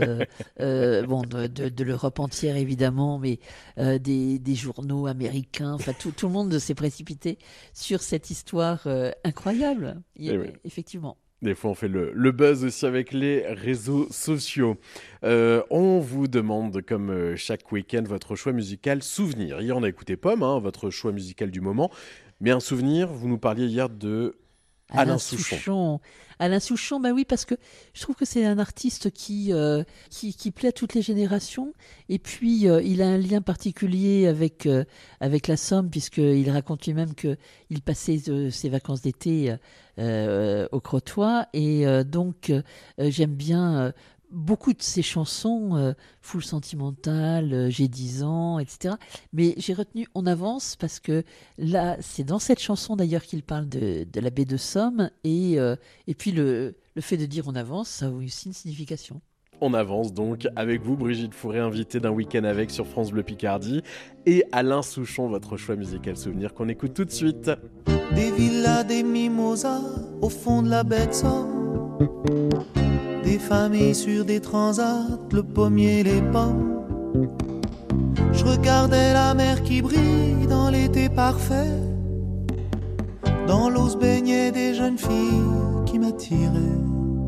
de l'Europe entière évidemment, mais des journaux américains. Enfin, tout le monde s'est précipité sur cette histoire incroyable. Effectivement. Des fois, on fait le buzz aussi avec les réseaux sociaux. On vous demande, comme chaque week-end, votre choix musical souvenir. Hier, on a écouté Pomme, votre choix musical du moment. Mais un souvenir, vous nous parliez hier de Alain Souchon. Alain Souchon, oui, parce que je trouve que c'est un artiste qui plaît à toutes les générations. Et puis, il a un lien particulier avec la Somme, puisqu'il raconte lui-même qu'il passait ses vacances d'été au Crotoy. Et donc, j'aime bien beaucoup de ses chansons, Full Sentimental, J'ai 10 ans, etc. Mais j'ai retenu On avance parce que là, c'est dans cette chanson d'ailleurs qu'il parle de la baie de Somme. Et puis le fait de dire On avance, ça a aussi une signification. On avance donc avec vous, Brigitte Fourré, invitée d'un week-end avec sur France Bleu Picardie. Et Alain Souchon, votre choix musical souvenir qu'on écoute tout de suite. Des villas, des mimosas au fond de la baie de Somme. Des familles sur des transats, le pommier, les pommes. Je regardais la mer qui brille dans l'été parfait. Dans l'eau se baignaient des jeunes filles qui m'attiraient.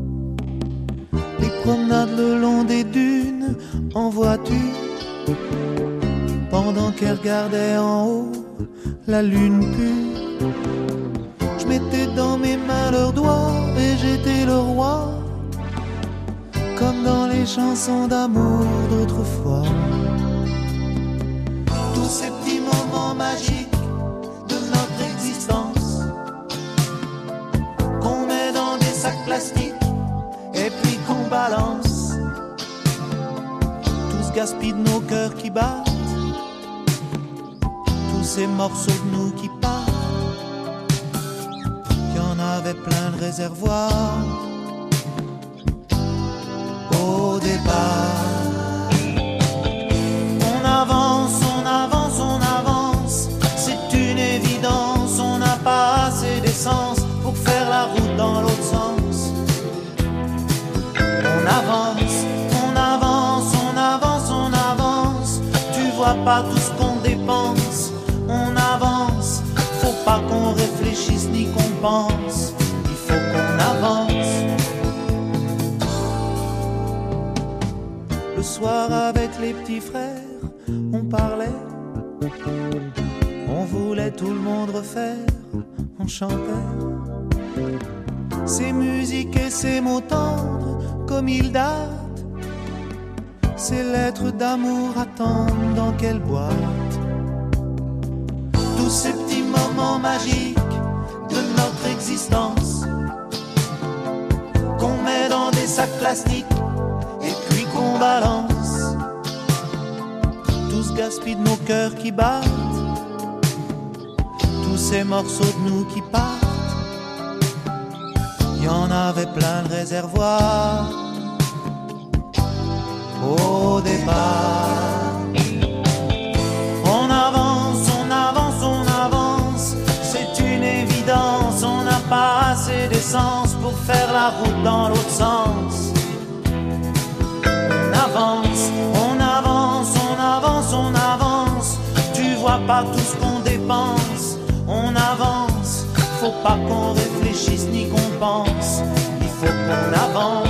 Les promenades le long des dunes en voiture. Pendant qu'elles regardaient en haut la lune pure. Je mettais dans mes mains leurs doigts et j'étais le roi. Comme dans les chansons d'amour d'autrefois. Tous ces petits moments magiques de notre existence qu'on met dans des sacs plastiques et puis qu'on balance. Tout ce gaspille de nos cœurs qui battent, tous ces morceaux de nous qui partent. Il y en avait plein de réservoirs au départ. On avance, on avance, on avance. C'est une évidence, on n'a pas assez d'essence pour faire la route dans l'autre sens. On avance, on avance, on avance, on avance. Tu vois pas tout ce qu'on dépense. On avance, faut pas qu'on réfléchisse ni qu'on pense. Il faut qu'on avance. Le soir avec les petits frères, on parlait. On voulait tout le monde refaire, on chantait. Ces musiques et ces mots tendres comme ils datent. Ces lettres d'amour attendent dans quelle boîte. Tous ces petits moments magiques de notre existence qu'on met dans des sacs plastiques et puis qu'on balance. Tout ce gaspille de nos cœurs qui battent, tous ces morceaux de nous qui partent. Il y en avait plein de réservoirs au départ. l'essence pour faire la route dans l'autre sens. On avance, on avance, on avance, on avance. Tu vois pas tout ce qu'on dépense. On avance, faut pas qu'on réfléchisse ni qu'on pense. Il faut qu'on avance.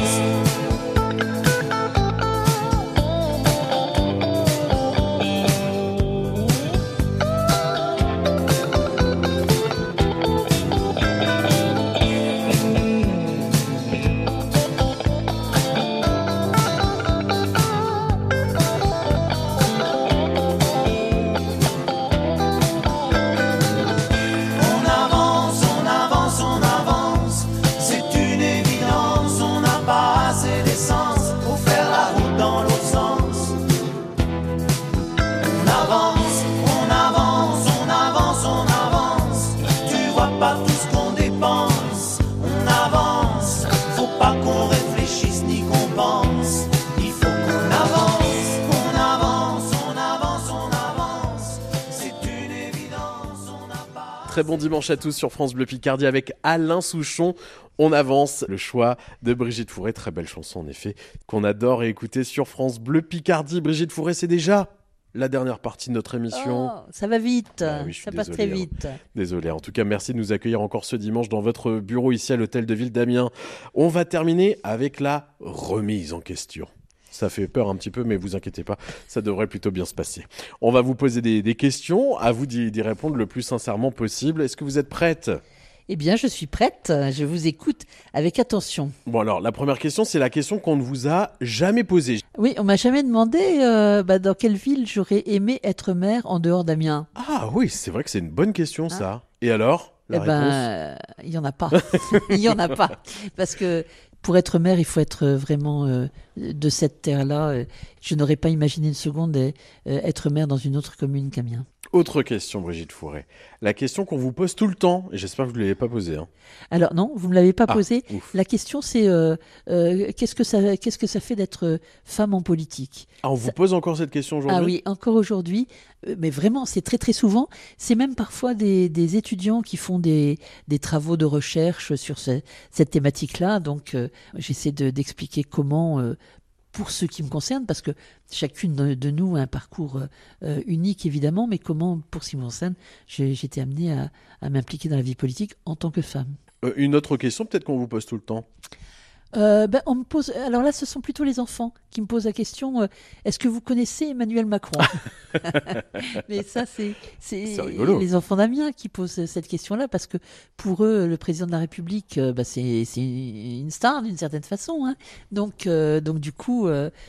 Très bon dimanche à tous sur France Bleu Picardie avec Alain Souchon. On avance, le choix de Brigitte Fourré, très belle chanson en effet, qu'on adore écouter sur France Bleu Picardie. Brigitte Fourré, c'est déjà la dernière partie de notre émission. Oh, ça va vite, oui, ça passe très vite. Désolé, en tout cas merci de nous accueillir encore ce dimanche dans votre bureau ici à l'hôtel de ville d'Amiens. On va terminer avec la remise en question. Ça fait peur un petit peu, mais vous inquiétez pas, ça devrait plutôt bien se passer. On va vous poser des questions, à vous d'y répondre le plus sincèrement possible. Est-ce que vous êtes prête ? Eh bien, je suis prête, je vous écoute avec attention. Bon alors, la première question, c'est la question qu'on ne vous a jamais posée. Oui, on m'a jamais demandé dans quelle ville j'aurais aimé être maire en dehors d'Amiens. Ah oui, c'est vrai que c'est une bonne question ça. Et alors, la réponse ? Il n'y en a pas. Il n'y en a pas. Parce que pour être maire, il faut être vraiment de cette terre-là. Je n'aurais pas imaginé une seconde être maire dans une autre commune qu'Amiens. Autre question, Brigitte Fourré. La question qu'on vous pose tout le temps, et j'espère que vous ne l'avez pas posée. Hein. Alors non, vous ne me l'avez pas posée. Ouf. La question c'est qu'est-ce que ça fait d'être femme en politique ? Ah, on vous pose encore cette question aujourd'hui ? Ah oui, encore aujourd'hui. Mais vraiment, c'est très très souvent. C'est même parfois des étudiants qui font des travaux de recherche sur cette thématique-là. Donc j'essaie d'expliquer comment... pour ce qui me concerne, parce que chacune de nous a un parcours unique évidemment, mais comment, pour ce qui me concerne, j'ai été amenée à m'impliquer dans la vie politique en tant que femme. Une autre question peut-être qu'on vous pose tout le temps ? On me pose. Alors là, ce sont plutôt les enfants qui me posent la question est-ce que vous connaissez Emmanuel Macron ? Mais ça, c'est rigolo. Les enfants d'Amiens qui posent cette question-là, parce que pour eux, le président de la République, c'est une star d'une certaine façon. Hein. Donc du coup,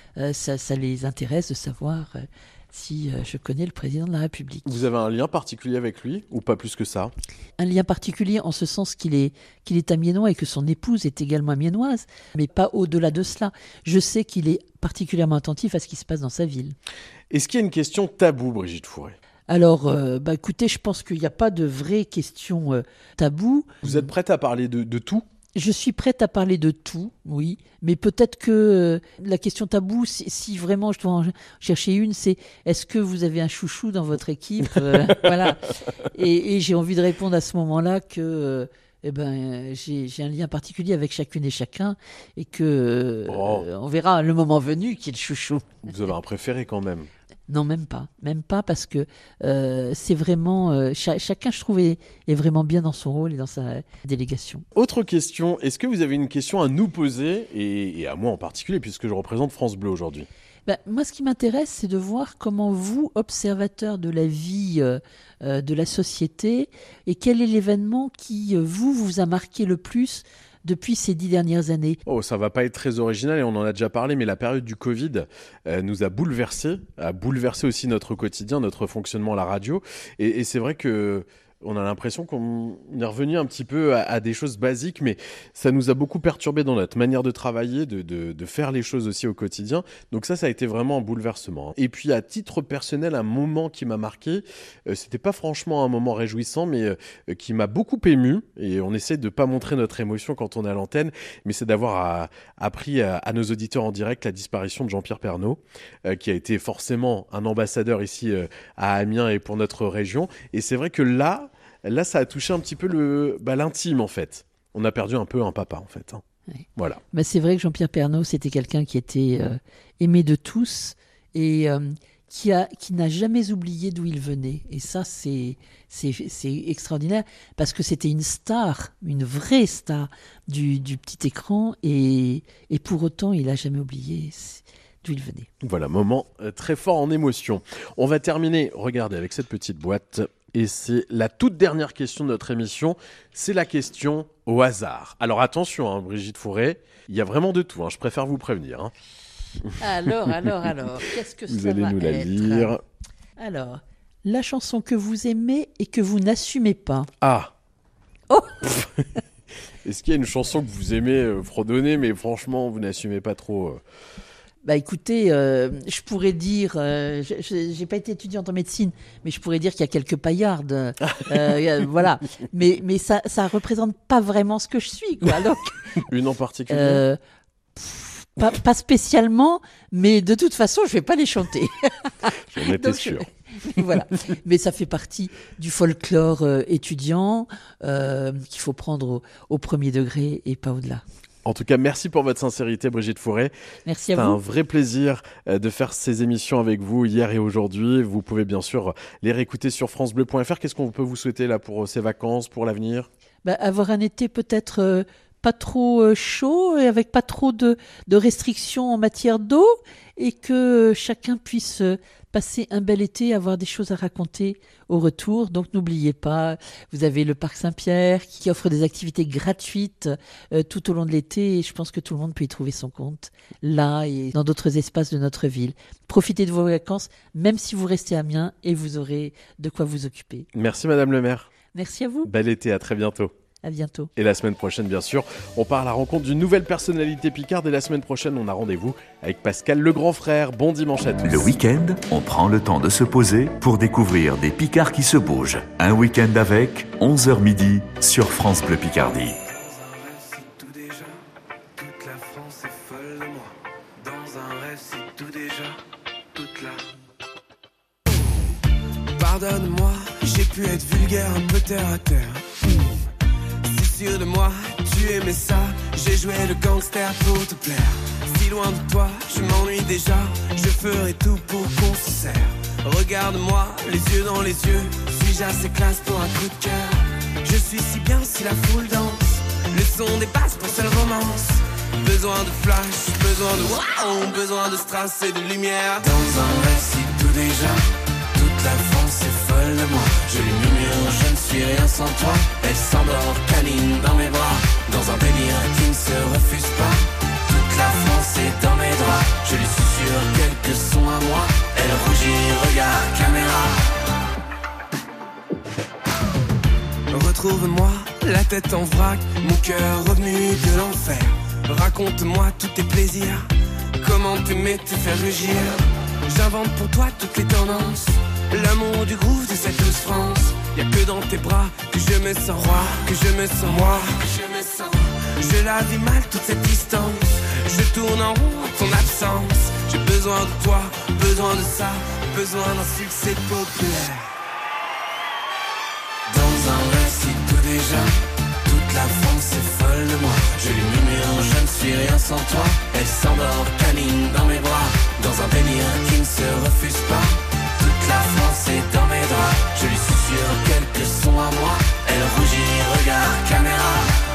ça les intéresse de savoir si je connais le président de la République. Vous avez un lien particulier avec lui ou pas plus que ça ? Un lien particulier en ce sens qu'il est amiénois et que son épouse est également amiénoise, mais pas au-delà de cela. Je sais qu'il est particulièrement attentif à ce qui se passe dans sa ville. Est-ce qu'il y a une question taboue, Brigitte Fourré ? Alors, écoutez, je pense qu'il n'y a pas de vraie question taboue. Vous êtes prête à parler de tout ? Je suis prête à parler de tout, oui, mais peut-être que la question taboue, si vraiment je dois en chercher une, c'est est-ce que vous avez un chouchou dans votre équipe ? Voilà. Et j'ai envie de répondre à ce moment-là que j'ai un lien particulier avec chacune et chacun, et que on verra le moment venu qui est le chouchou. Vous avez un préféré quand même ? Non, même pas, parce que c'est vraiment chacun, je trouve, est vraiment bien dans son rôle et dans sa délégation. Autre question, est-ce que vous avez une question à nous poser et à moi en particulier, puisque je représente France Bleu aujourd'hui ? Moi, ce qui m'intéresse, c'est de voir comment vous, observateur de la vie de la société, et quel est l'événement qui, vous a marqué le plus depuis ces 10 dernières années. Oh, ça va pas être très original et on en a déjà parlé, mais la période du Covid nous a bouleversé aussi notre quotidien, notre fonctionnement à la radio. Et c'est vrai que on a l'impression qu'on est revenu un petit peu à des choses basiques, mais ça nous a beaucoup perturbé dans notre manière de travailler, de faire les choses aussi au quotidien. Donc ça a été vraiment un bouleversement. Et puis à titre personnel, un moment qui m'a marqué, c'était pas franchement un moment réjouissant, mais qui m'a beaucoup ému. Et on essaie de pas montrer notre émotion quand on est à l'antenne, mais c'est d'avoir appris à nos auditeurs en direct la disparition de Jean-Pierre Pernaut, qui a été forcément un ambassadeur ici à Amiens et pour notre région. Et c'est vrai que là, ça a touché un petit peu l'intime en fait. On a perdu un peu un papa, en fait. Ouais. Voilà. Bah, c'est vrai que Jean-Pierre Pernaut, c'était quelqu'un qui était aimé de tous et qui n'a jamais oublié d'où il venait. Et ça, c'est extraordinaire parce que c'était une star, une vraie star du petit écran et pour autant, il n'a jamais oublié d'où il venait. Voilà, moment très fort en émotion. On va terminer, regardez, avec cette petite boîte. Et c'est la toute dernière question de notre émission. C'est la question au hasard. Alors attention, Brigitte Fourré, il y a vraiment de tout. Je préfère vous prévenir. Alors, qu'est-ce que vous ça allez va nous la être? lire. Alors, la chanson que vous aimez et que vous n'assumez pas. Ah. Oh. Est-ce qu'il y a une chanson que vous aimez fredonner, mais franchement, vous n'assumez pas trop Bah écoutez, je pourrais dire, j'ai pas été étudiante en médecine, mais je pourrais dire qu'il y a quelques paillardes, voilà. Mais ça représente pas vraiment ce que je suis, quoi. Donc, une en particulier pas spécialement, mais de toute façon, je vais pas les chanter. J'en étais sûr. Voilà. Mais ça fait partie du folklore étudiant qu'il faut prendre au premier degré et pas au-delà. En tout cas, merci pour votre sincérité, Brigitte Fourré. Merci à vous. C'est un vrai plaisir de faire ces émissions avec vous hier et aujourd'hui. Vous pouvez bien sûr les réécouter sur francebleu.fr. Qu'est-ce qu'on peut vous souhaiter là pour ces vacances, pour l'avenir ? Avoir un été peut-être pas trop chaud et avec pas trop de restrictions en matière d'eau et que chacun puisse passer un bel été, avoir des choses à raconter au retour. Donc n'oubliez pas, vous avez le Parc Saint-Pierre qui offre des activités gratuites tout au long de l'été et je pense que tout le monde peut y trouver son compte là et dans d'autres espaces de notre ville. Profitez de vos vacances, même si vous restez à Amiens et vous aurez de quoi vous occuper. Merci Madame le maire. Merci à vous. Bel été, à très bientôt. À bientôt. Et la semaine prochaine, bien sûr, on part à la rencontre d'une nouvelle personnalité picarde. Et la semaine prochaine, on a rendez-vous avec Pascal le grand frère. Bon dimanche à tous. Le week-end, on prend le temps de se poser pour découvrir des Picards qui se bougent. Un week-end avec 11h midi sur France Bleu Picardie. Pardonne-moi, j'ai pu être vulgaire, un peu terre à terre. Si sûr de moi, tu aimais ça, j'ai joué le gangster pour te plaire. Si loin de toi, je m'ennuie déjà, je ferai tout pour qu'on se serre. Regarde-moi, les yeux dans les yeux, suis-je assez classe pour un coup de cœur? Je suis si bien si la foule danse, le son dépasse pour seule romance. Besoin de flash, besoin de wow, besoin de strass et de lumière. Dans un récit tout déjà, toute la France est folle de moi. Je lui murmure, je ne suis rien sans toi. Elle s'endort, câline dans mes bras, dans un délire qui ne se refuse pas. Toute la France est dans mes draps, je lui susurre quelques sons à moi. Elle rougit, regarde, caméra. Retrouve-moi, la tête en vrac, mon cœur revenu de l'enfer. Raconte-moi tous tes plaisirs, comment t'aimer, te faire rugir. J'invente pour toi toutes les tendances, l'amour du groove de cette douce France. Y'a que dans tes bras que je me sens roi, que je me sens moi, que je me sens. Je la vis mal toute cette distance, je tourne en rond en ton absence. J'ai besoin de toi, besoin de ça, besoin d'un succès populaire. Dans un récit tout déjà, toute la France est folle de moi. Je lui murmure, je ne suis rien sans toi. Elle s'endort, câline dans mes bras, dans un délire qui ne se refuse pas. Toute la France est dans mes draps, je lui susurre quelques sons à moi. Elle rougit, regarde, caméra.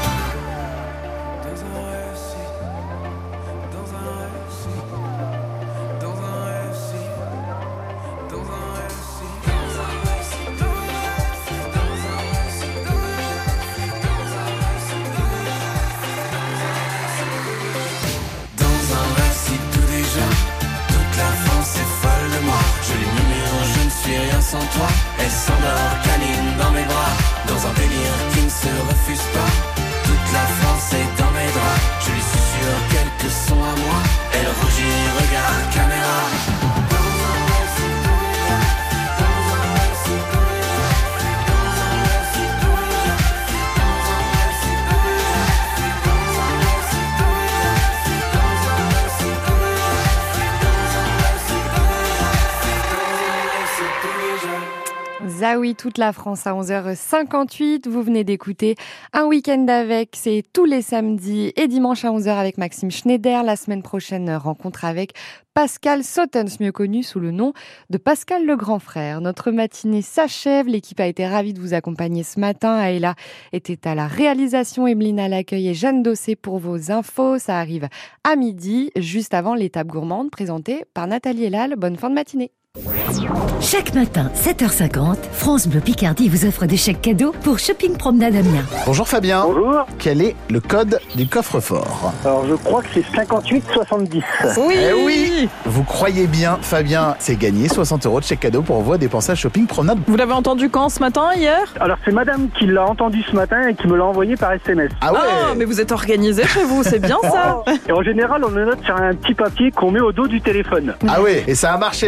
Dans un récit, dans un récit, dans un récit, dans un récit, dans un récit, dans un récit, dans un récit, dans un récit tout déjà. Toute la France est folle de moi. Je lui murmure, je ne suis rien sans toi. Elle s'endort, câline dans mes bras, dans un délire qui ne se refuse pas. Toute la France est dans mes draps, je lui susurre quelques sons à moi. Elle rougit, regarde, caméra. Dans un récit tout déjà, dans un récit tout déjà, dans un récit tout déjà, dans un récit tout déjà, dans un récit tout déjà, dans un récit tout déjà, dans un récit tout déjà, dans un récit tout déjà. Zawi, toute la France à 11h58. Vous venez d'écouter Un week-end avec. C'est tous les samedis et dimanches à 11h avec Maxime Schneider. La semaine prochaine, rencontre avec Pascal Sottens, mieux connu sous le nom de Pascal le grand frère. Notre matinée s'achève. L'équipe a été ravie de vous accompagner ce matin. Aïla était à la réalisation, Emeline à l'accueil et Jeanne Dossé pour vos infos. Ça arrive à midi, juste avant l'étape gourmande présentée par Nathalie Elal. Bonne fin de matinée. Chaque matin, 7h50, France Bleu Picardie vous offre des chèques cadeaux pour Shopping Promenade Amiens. Bonjour Fabien. Bonjour. Quel est le code du coffre-fort ? Alors je crois que c'est 58,70. Oui. Eh oui. Vous croyez bien, Fabien, c'est gagné 60 € de chèque cadeau pour vos dépensés à Shopping Promenade. Vous l'avez entendu quand, ce matin, hier ? Alors c'est madame qui l'a entendu ce matin et qui me l'a envoyé par SMS. Ah ouais. Ah, mais vous êtes organisé chez vous, c'est bien ça. Et en général, on le note sur un petit papier qu'on met au dos du téléphone. Ah ouais, et ça a marché.